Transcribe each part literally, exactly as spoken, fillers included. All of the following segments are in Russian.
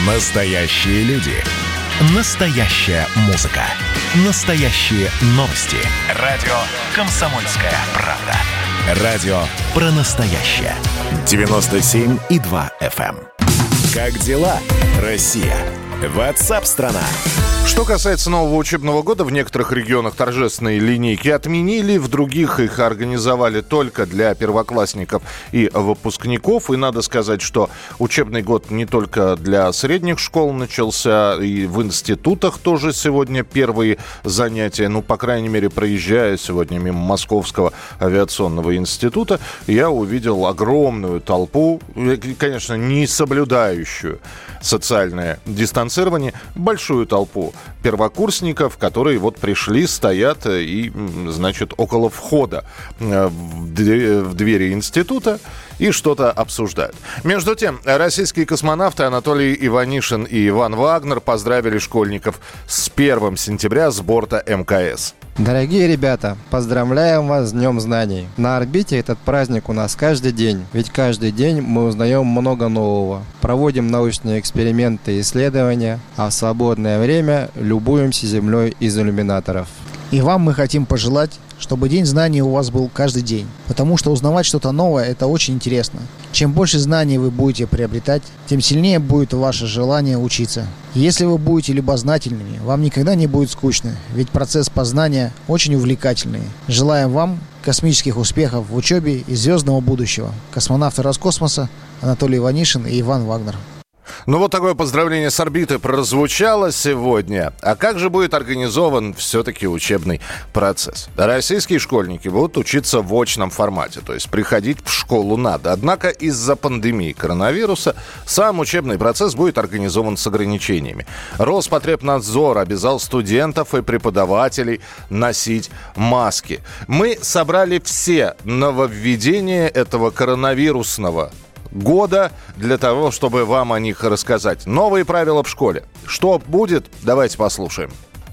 Настоящие люди. Настоящая музыка. Настоящие новости. Радио «Комсомольская правда». Радио про настоящее. девяносто семь и два эф эм. Как дела, Россия? Ватсап-страна! Что касается нового учебного года, в некоторых регионах торжественные линейки отменили, в других их организовали только для первоклассников и выпускников. И надо сказать, что учебный год не только для средних школ начался, и в институтах тоже сегодня первые занятия. Ну, по крайней мере, проезжая сегодня мимо Московского авиационного института, я увидел огромную толпу, конечно, не соблюдающую социальное дистанцирование, большую толпу первокурсников, которые вот пришли, стоят и, значит, около входа в двери института и что-то обсуждают. Между тем, российские космонавты Анатолий Иванишин и Иван Вагнер поздравили школьников с первого сентября с борта эм ка эс. Дорогие ребята, поздравляем вас с Днем знаний. На орбите этот праздник у нас каждый день, ведь каждый день мы узнаем много нового. Проводим научные эксперименты и исследования, а в свободное время любуемся Землей из иллюминаторов. И вам мы хотим пожелать, чтобы День знаний у вас был каждый день, потому что узнавать что-то новое – это очень интересно. Чем больше знаний вы будете приобретать, тем сильнее будет ваше желание учиться. Если вы будете любознательными, вам никогда не будет скучно, ведь процесс познания очень увлекательный. Желаем вам космических успехов в учебе и звездного будущего. Космонавты Роскосмоса Анатолий Иванишин и Иван Вагнер. Ну вот такое поздравление с орбиты прозвучало сегодня. А как же будет организован все-таки учебный процесс? Российские школьники будут учиться в очном формате, то есть приходить в школу надо. Однако из-за пандемии коронавируса сам учебный процесс будет организован с ограничениями. Роспотребнадзор обязал студентов и преподавателей носить маски. Мы собрали все нововведения этого коронавирусного года для того, чтобы вам о них рассказать. Новые правила в школе. Что будет? Давайте послушаем.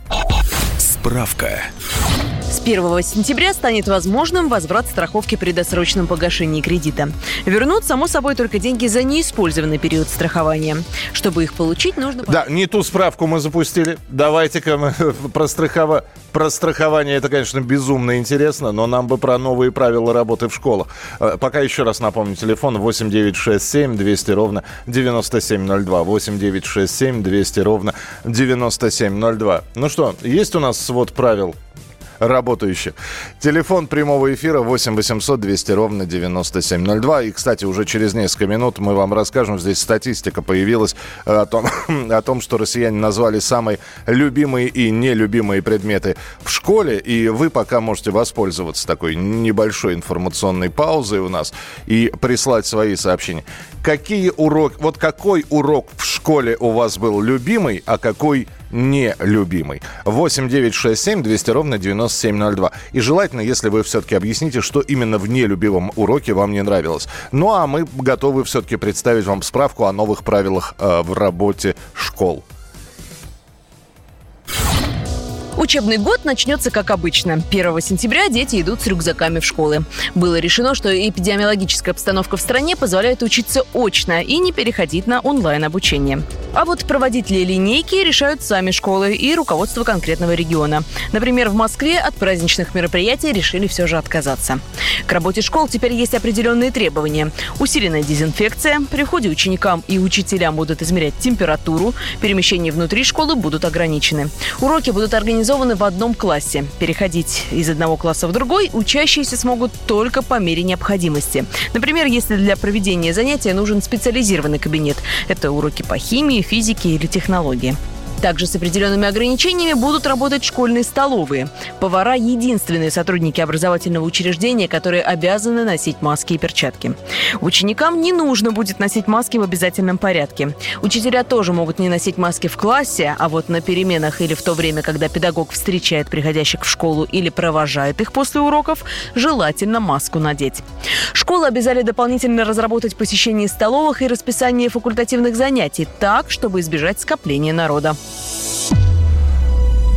Справка. С первого сентября станет возможным возврат страховки при досрочном погашении кредита. Вернут, само собой, только деньги за неиспользованный период страхования. Чтобы их получить, нужно... Да, не ту справку мы запустили. Давайте-ка мы про, страхова... про страхование. Это, конечно, безумно интересно, но нам бы про новые правила работы в школах. Пока еще раз напомню, телефон восемь девятьсот шестьдесят семь двести ровно девяносто семь ноль два. восемь девятьсот шестьдесят семь двести ровно девяносто семь ноль два. Ну что, есть у нас свод правил работающих. Телефон прямого эфира восемь восемьсот двести ровно девяносто семь ноль два. И, кстати, уже через несколько минут мы вам расскажем, здесь статистика появилась о том, о том, что россияне назвали самые любимые и нелюбимые предметы в школе. И вы пока можете воспользоваться такой небольшой информационной паузой у нас и прислать свои сообщения. Какие уроки, вот какой урок в школе у вас был любимый, а какой нелюбимый? восемь девятьсот шестьдесят семь двести ровно девяносто семь ноль два. И желательно, если вы все-таки объясните, что именно в нелюбимом уроке вам не нравилось. Ну а мы готовы все-таки представить вам справку о новых правилах э, в работе школ. Учебный год начнется как обычно. первого сентября дети идут с рюкзаками в школы. Было решено, что эпидемиологическая обстановка в стране позволяет учиться очно и не переходить на онлайн-обучение. А вот проводить ли линейки решают сами школы и руководство конкретного региона. Например, в Москве от праздничных мероприятий решили все же отказаться. К работе школ теперь есть определенные требования. Усиленная дезинфекция, при входе ученикам и учителям будут измерять температуру, перемещения внутри школы будут ограничены. Уроки будут организованы в одном классе. Переходить из одного класса в другой учащиеся смогут только по мере необходимости. Например, если для проведения занятия нужен специализированный кабинет. Это уроки по химии, физике или технологии. Также с определенными ограничениями будут работать школьные столовые. Повара – единственные сотрудники образовательного учреждения, которые обязаны носить маски и перчатки. Ученикам не нужно будет носить маски в обязательном порядке. Учителя тоже могут не носить маски в классе, а вот на переменах или в то время, когда педагог встречает приходящих в школу или провожает их после уроков, желательно маску надеть. Школы обязали дополнительно разработать посещение столовых и расписание факультативных занятий так, чтобы избежать скопления народа.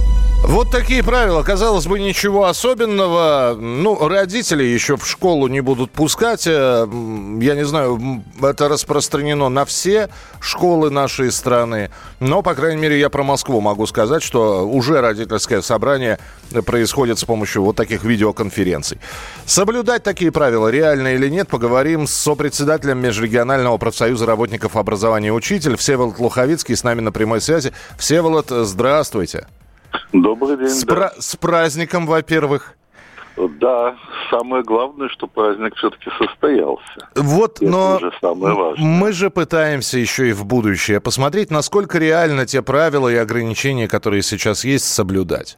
Вот такие правила. Казалось бы, ничего особенного. Ну, родители еще в школу не будут пускать. Я не знаю, это распространено на все школы нашей страны. Но, по крайней мере, я про Москву могу сказать, что уже родительское собрание происходит с помощью вот таких видеоконференций. Соблюдать такие правила реально или нет, поговорим с сопредседателем Межрегионального профсоюза работников образования «Учитель» Всеволод Луховицкий с нами на прямой связи. Всеволод, здравствуйте. Добрый день. С, да. пра- с праздником, во-первых. Да, самое главное, что праздник все-таки состоялся. Вот, Это но уже самое важное. Мы же пытаемся еще и в будущее посмотреть, насколько реально те правила и ограничения, которые сейчас есть, соблюдать.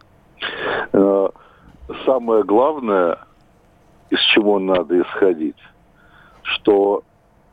Самое главное, из чего надо исходить, что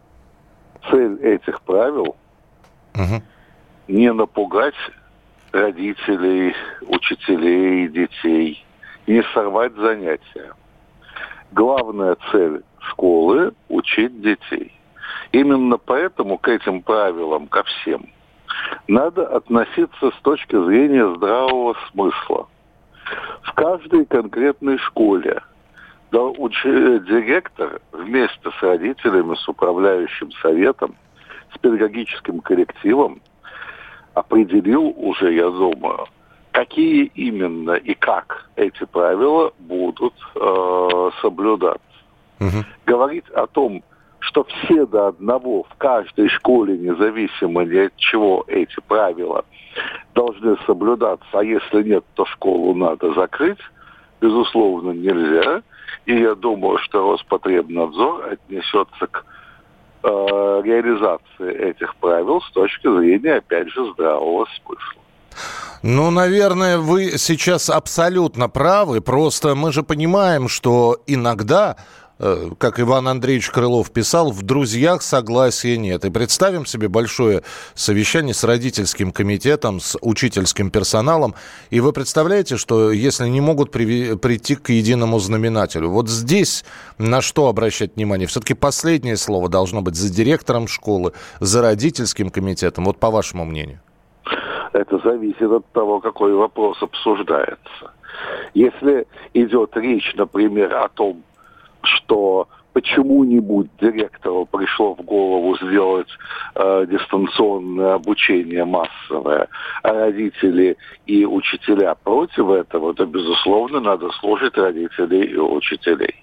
цель этих правил угу. не напугать родителей, учителей, детей, не сорвать занятия. Главная цель школы – учить детей. Именно поэтому к этим правилам, ко всем, надо относиться с точки зрения здравого смысла. В каждой конкретной школе да, уч... директор вместе с родителями, с управляющим советом, с педагогическим коллективом определил уже, я думаю, какие именно и как эти правила будут э, соблюдаться. Угу. Говорить о том, что все до одного в каждой школе, независимо ни от чего, эти правила должны соблюдаться, а если нет, то школу надо закрыть, безусловно, нельзя. И я думаю, что Роспотребнадзор отнесется к э, реализации этих правил с точки зрения, опять же, здравого смысла. Ну, наверное, вы сейчас абсолютно правы. Просто мы же понимаем, что иногда, э, как Иван Андреевич Крылов писал, в друзьях согласия нет. И представим себе большое совещание с родительским комитетом, с учительским персоналом. И вы представляете, что если не могут при, прийти к единому знаменателю, вот здесь на что обращать внимание? Все-таки последнее слово должно быть за директором школы, за родительским комитетом. Вот по вашему мнению. Это зависит от того, какой вопрос обсуждается. Если идет речь, например, о том, что почему-нибудь директору пришло в голову сделать э, дистанционное обучение массовое, а родители и учителя против этого, то, безусловно, надо слушать родителей и учителей.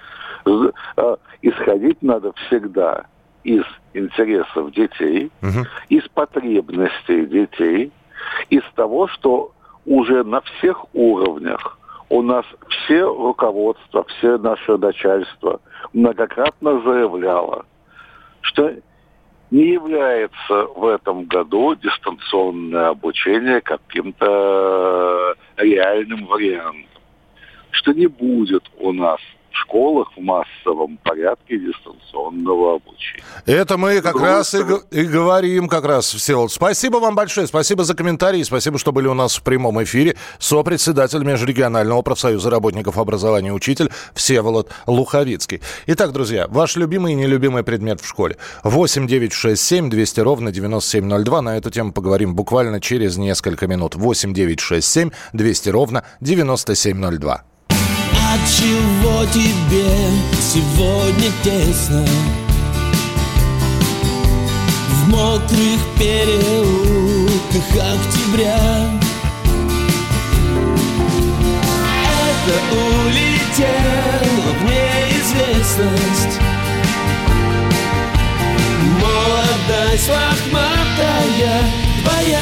Э, исходить надо всегда из интересов детей, угу. из потребностей детей, из того, что уже на всех уровнях у нас все руководство, все наше начальство многократно заявляло, что не является в этом году дистанционное обучение каким-то реальным вариантом, что не будет у нас в школах в массовом порядке дистанционного обучения. Это мы как Другой раз и, и говорим как раз, Всеволод. Спасибо вам большое, спасибо за комментарии, спасибо, что были у нас в прямом эфире. Сопредседатель Межрегионального профсоюза работников образования «Учитель» Всеволод Луховицкий. Итак, друзья, ваш любимый и нелюбимый предмет в школе. восемь девятьсот шестьдесят семь двести ровно девяносто семь ноль два. На эту тему поговорим буквально через несколько минут. восемь девятьсот шестьдесят семь двести ровно девяносто семь ноль два. Отчего тебе сегодня тесно в мокрых переулках октября? Это улетело в неизвестность молодость лохматая твоя.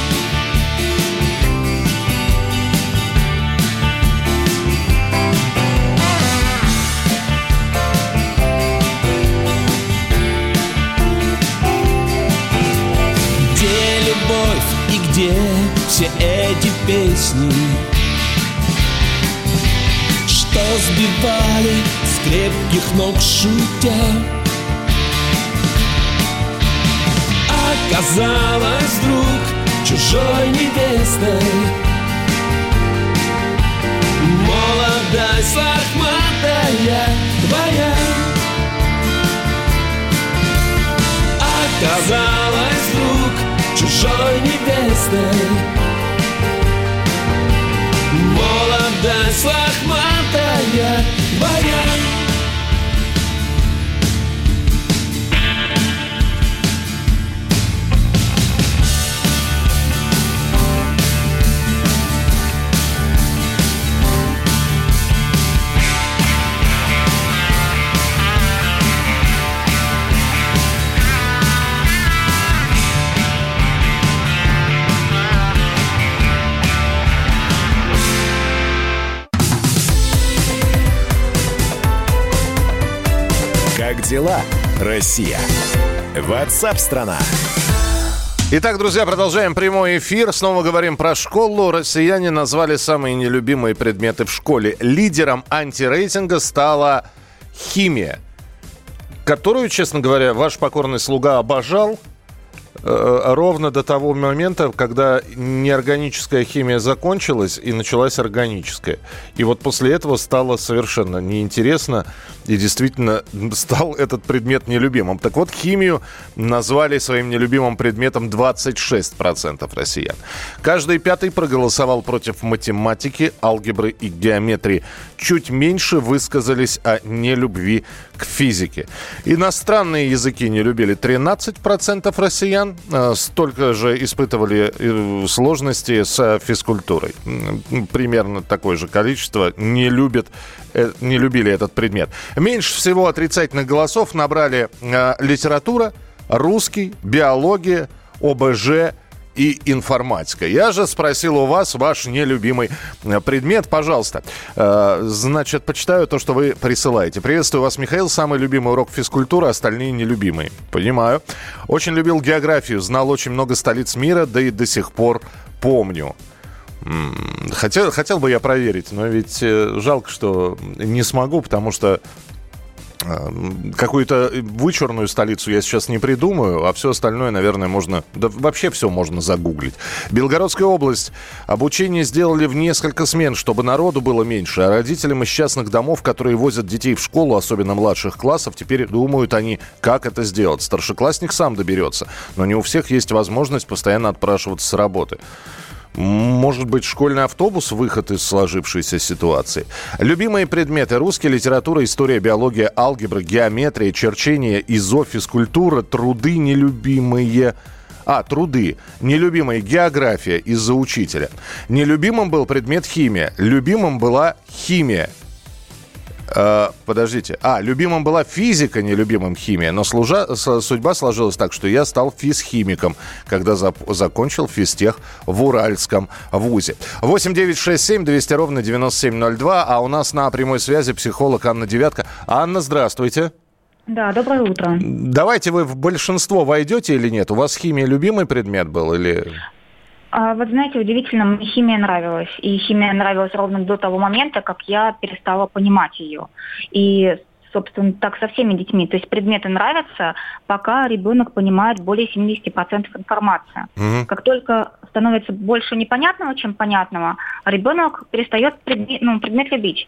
И где все эти песни, что сбивали с крепких ног шутя? Оказалось вдруг чужой невестой молодость лохматая твоя. Оказалось вдруг чужой невестой молодость лохматая твоя. Как дела, Россия? WhatsApp-страна. Итак, друзья, продолжаем прямой эфир. Снова говорим про школу. Россияне назвали самые нелюбимые предметы в школе. Лидером антирейтинга стала химия, которую, честно говоря, ваш покорный слуга обожал. Ровно до того момента, когда неорганическая химия закончилась и началась органическая. И вот после этого стало совершенно неинтересно, и действительно стал этот предмет нелюбимым. Так вот, химию назвали своим нелюбимым предметом двадцать шесть процентов россиян. Каждый пятый проголосовал против математики, алгебры и геометрии. Чуть меньше высказались о нелюбви к физике. Иностранные языки не любили тринадцать процентов россиян. Столько же испытывали сложности с физкультурой. Примерно такое же количество не любят, не любили этот предмет. Меньше всего отрицательных голосов набрали литература, русский, биология, ОБЖ и информатика. Я же спросил у вас ваш нелюбимый предмет. Пожалуйста. Значит, почитаю то, что вы присылаете. Приветствую вас, Михаил. Самый любимый урок физкультуры, остальные нелюбимые. Понимаю. Очень любил географию. Знал очень много столиц мира, да и до сих пор помню. Хотел, хотел бы я проверить, но ведь жалко, что не смогу, потому что какую-то вычурную столицу я сейчас не придумаю, а все остальное, наверное, можно... Да вообще все можно загуглить. Белгородская область. Обучение сделали в несколько смен, чтобы народу было меньше. А родителям из частных домов, которые возят детей в школу, особенно младших классов, теперь думают они, как это сделать. Старшеклассник сам доберется. Но не у всех есть возможность постоянно отпрашиваться с работы. Может быть, школьный автобус — выход из сложившейся ситуации. Любимые предметы: русский, литература, история, биология, алгебра, геометрия, черчение, изо, физкультура, труды нелюбимые. А, труды. Нелюбимая география из-за учителя. Нелюбимым был предмет химия. Любимым была химия. Uh, подождите. А, любимым была физика, нелюбимым химия. Но служа, судьба сложилась так, что я стал физхимиком, когда зап- закончил физтех в Уральском вузе. восемь девятьсот шестьдесят семь двести ровно девяносто семь ноль два. А у нас на прямой связи психолог Анна Девятка. Анна, здравствуйте. Да, доброе утро. Давайте, вы в большинство войдете или нет? У вас химия любимый предмет был или... А, вот знаете, удивительно, мне химия нравилась. И химия нравилась ровно до того момента, как я перестала понимать ее. И, собственно, так со всеми детьми. То есть предметы нравятся, пока ребенок понимает более семьдесят процентов информации. Угу. Как только становится больше непонятного, чем понятного, ребенок перестает предмет, ну, предмет любить.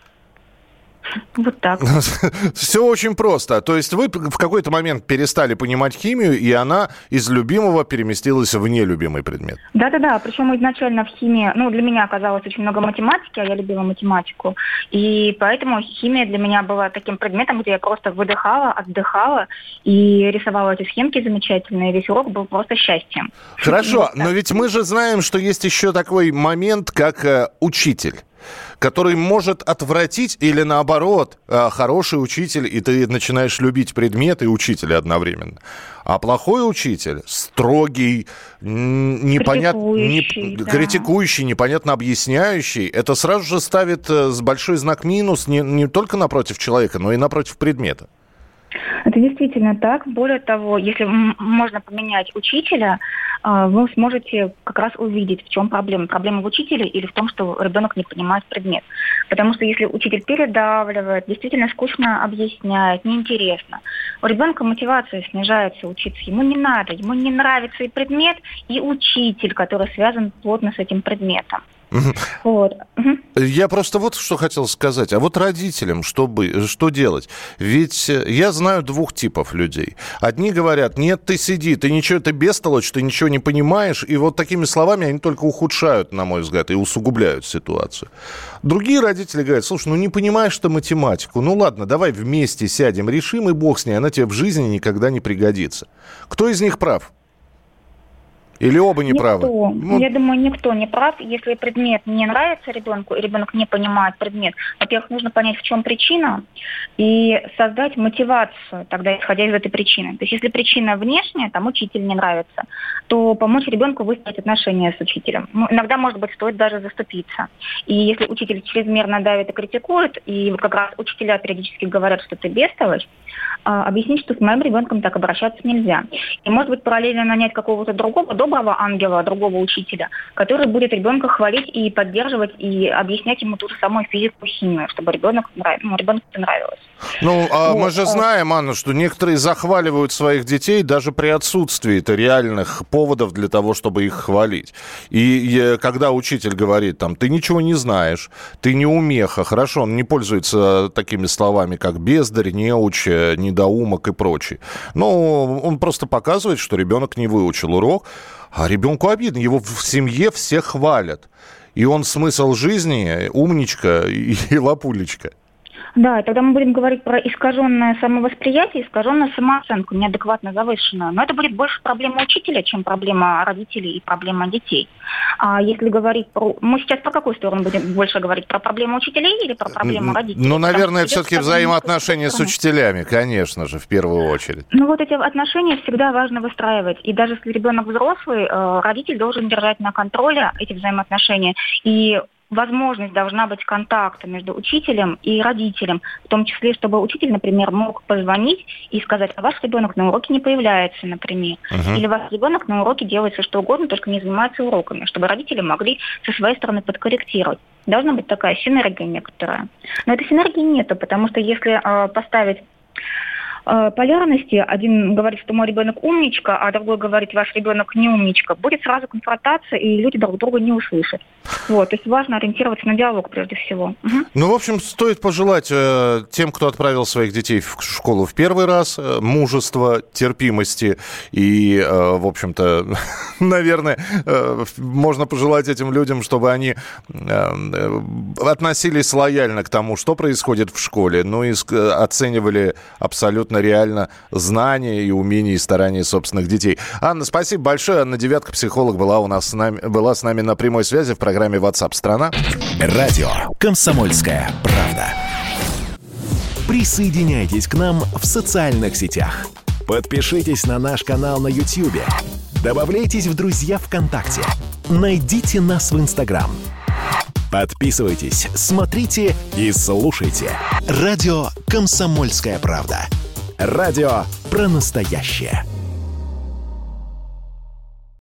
Вот так. Все очень просто. То есть вы в какой-то момент перестали понимать химию, и она из любимого переместилась в нелюбимый предмет. Да-да-да. Причем изначально в химии, ну, для меня оказалось очень много математики, а я любила математику. И поэтому химия для меня была таким предметом, где я просто выдыхала, отдыхала и рисовала эти схемки замечательные. Весь урок был просто счастьем. Хорошо, но ведь мы же знаем, что есть еще такой момент, как э, учитель, который может отвратить или, наоборот, хороший учитель, и ты начинаешь любить предметы и учителя одновременно. А плохой учитель, строгий, непонят... критикующий, не... да. критикующий, непонятно объясняющий, это сразу же ставит с большой знак минус не, не только напротив человека, но и напротив предмета. Это действительно так. Более того, если можно поменять учителя, вы сможете как раз увидеть, в чем проблема. Проблема в учителе или в том, что ребенок не понимает предмет. Потому что если учитель передавливает, действительно скучно объясняет, неинтересно, у ребенка мотивация снижается учиться. Ему не надо, ему не нравится и предмет, и учитель, который связан плотно с этим предметом. Угу. Вот. Угу. Я просто вот что хотел сказать. А вот родителям что, бы, что делать? Ведь я знаю двух типов людей. Одни говорят, нет, ты сиди, ты ничего, ты бестолочь, ты ничего не понимаешь. И вот такими словами они только ухудшают, на мой взгляд, и усугубляют ситуацию. Другие родители говорят, слушай, ну не понимаешь ты математику. Ну ладно, давай вместе сядем, решим, и бог с ней, она тебе в жизни никогда не пригодится. Кто из них прав? Или оба не правы? Ну... Я думаю, никто не прав. Если предмет не нравится ребенку, и ребенок не понимает предмет, во-первых, нужно понять, в чем причина, и создать мотивацию, тогда исходя из этой причины. То есть если причина внешняя, там учитель не нравится, то помочь ребенку выстроить отношения с учителем. Ну, иногда, может быть, стоит даже заступиться. И если учитель чрезмерно давит и критикует, и вот как раз учителя периодически говорят, что ты бестолочь, объяснить, что с моим ребенком так обращаться нельзя. И, может быть, параллельно нанять какого-то другого, доброго ангела, другого учителя, который будет ребенка хвалить и поддерживать, и объяснять ему ту же самую физику, химию, чтобы ребенок, ну, ребенку это нравилось. Ну, а вот. мы же знаем, Анна, что некоторые захваливают своих детей даже при отсутствии-то реальных поводов для того, чтобы их хвалить. И, и когда учитель говорит, там, ты ничего не знаешь, ты неумеха, хорошо, он не пользуется такими словами, как бездарь, неуч, недоумок и прочее. Но он просто показывает, что ребенок не выучил урок, а ребенку обидно, его в семье все хвалят. И он смысл жизни умничка и, и лапулечка. Да, и тогда мы будем говорить про искаженное самовосприятие, искаженную самооценку, неадекватно завышенную. Но это будет больше проблема учителя, чем проблема родителей и проблема детей. А если говорить про... Мы сейчас про какую сторону будем больше говорить? Про проблему учителей или про проблему родителей? Ну, наверное, все-таки взаимоотношения с учителями, конечно же, в первую очередь. Ну, вот эти отношения всегда важно выстраивать. И даже если ребенок взрослый, родитель должен держать на контроле эти взаимоотношения. И возможность должна быть контакта между учителем и родителем, в том числе, чтобы учитель, например, мог позвонить и сказать, а ваш ребенок на уроке не появляется, например. Uh-huh. Или ваш ребенок на уроке делает все что угодно, только не занимается уроками, чтобы родители могли со своей стороны подкорректировать. Должна быть такая синергия некоторая. Но этой синергии нету, потому что если э, поставить полярности, один говорит, что мой ребенок умничка, а другой говорит, ваш ребенок не умничка, будет сразу конфронтация, и люди друг друга не услышат. Вот, то есть важно ориентироваться на диалог прежде всего. Угу. Ну, в общем, стоит пожелать э, тем, кто отправил своих детей в школу в первый раз, э, мужества, терпимости и, э, в общем-то, наверное, э, можно пожелать этим людям, чтобы они э, относились лояльно к тому, что происходит в школе, ну и оценивали абсолютно реально знания и умения и старания собственных детей. Анна, спасибо большое. Анна Девятка, психолог, была у нас с нами, была с нами на прямой связи в программе WhatsApp страна. Радио «Комсомольская правда». Присоединяйтесь к нам в социальных сетях. Подпишитесь на наш канал на YouTube. Добавляйтесь в друзья ВКонтакте. Найдите нас в Инстаграм. Подписывайтесь, смотрите и слушайте. Радио «Комсомольская правда». Радио про настоящее.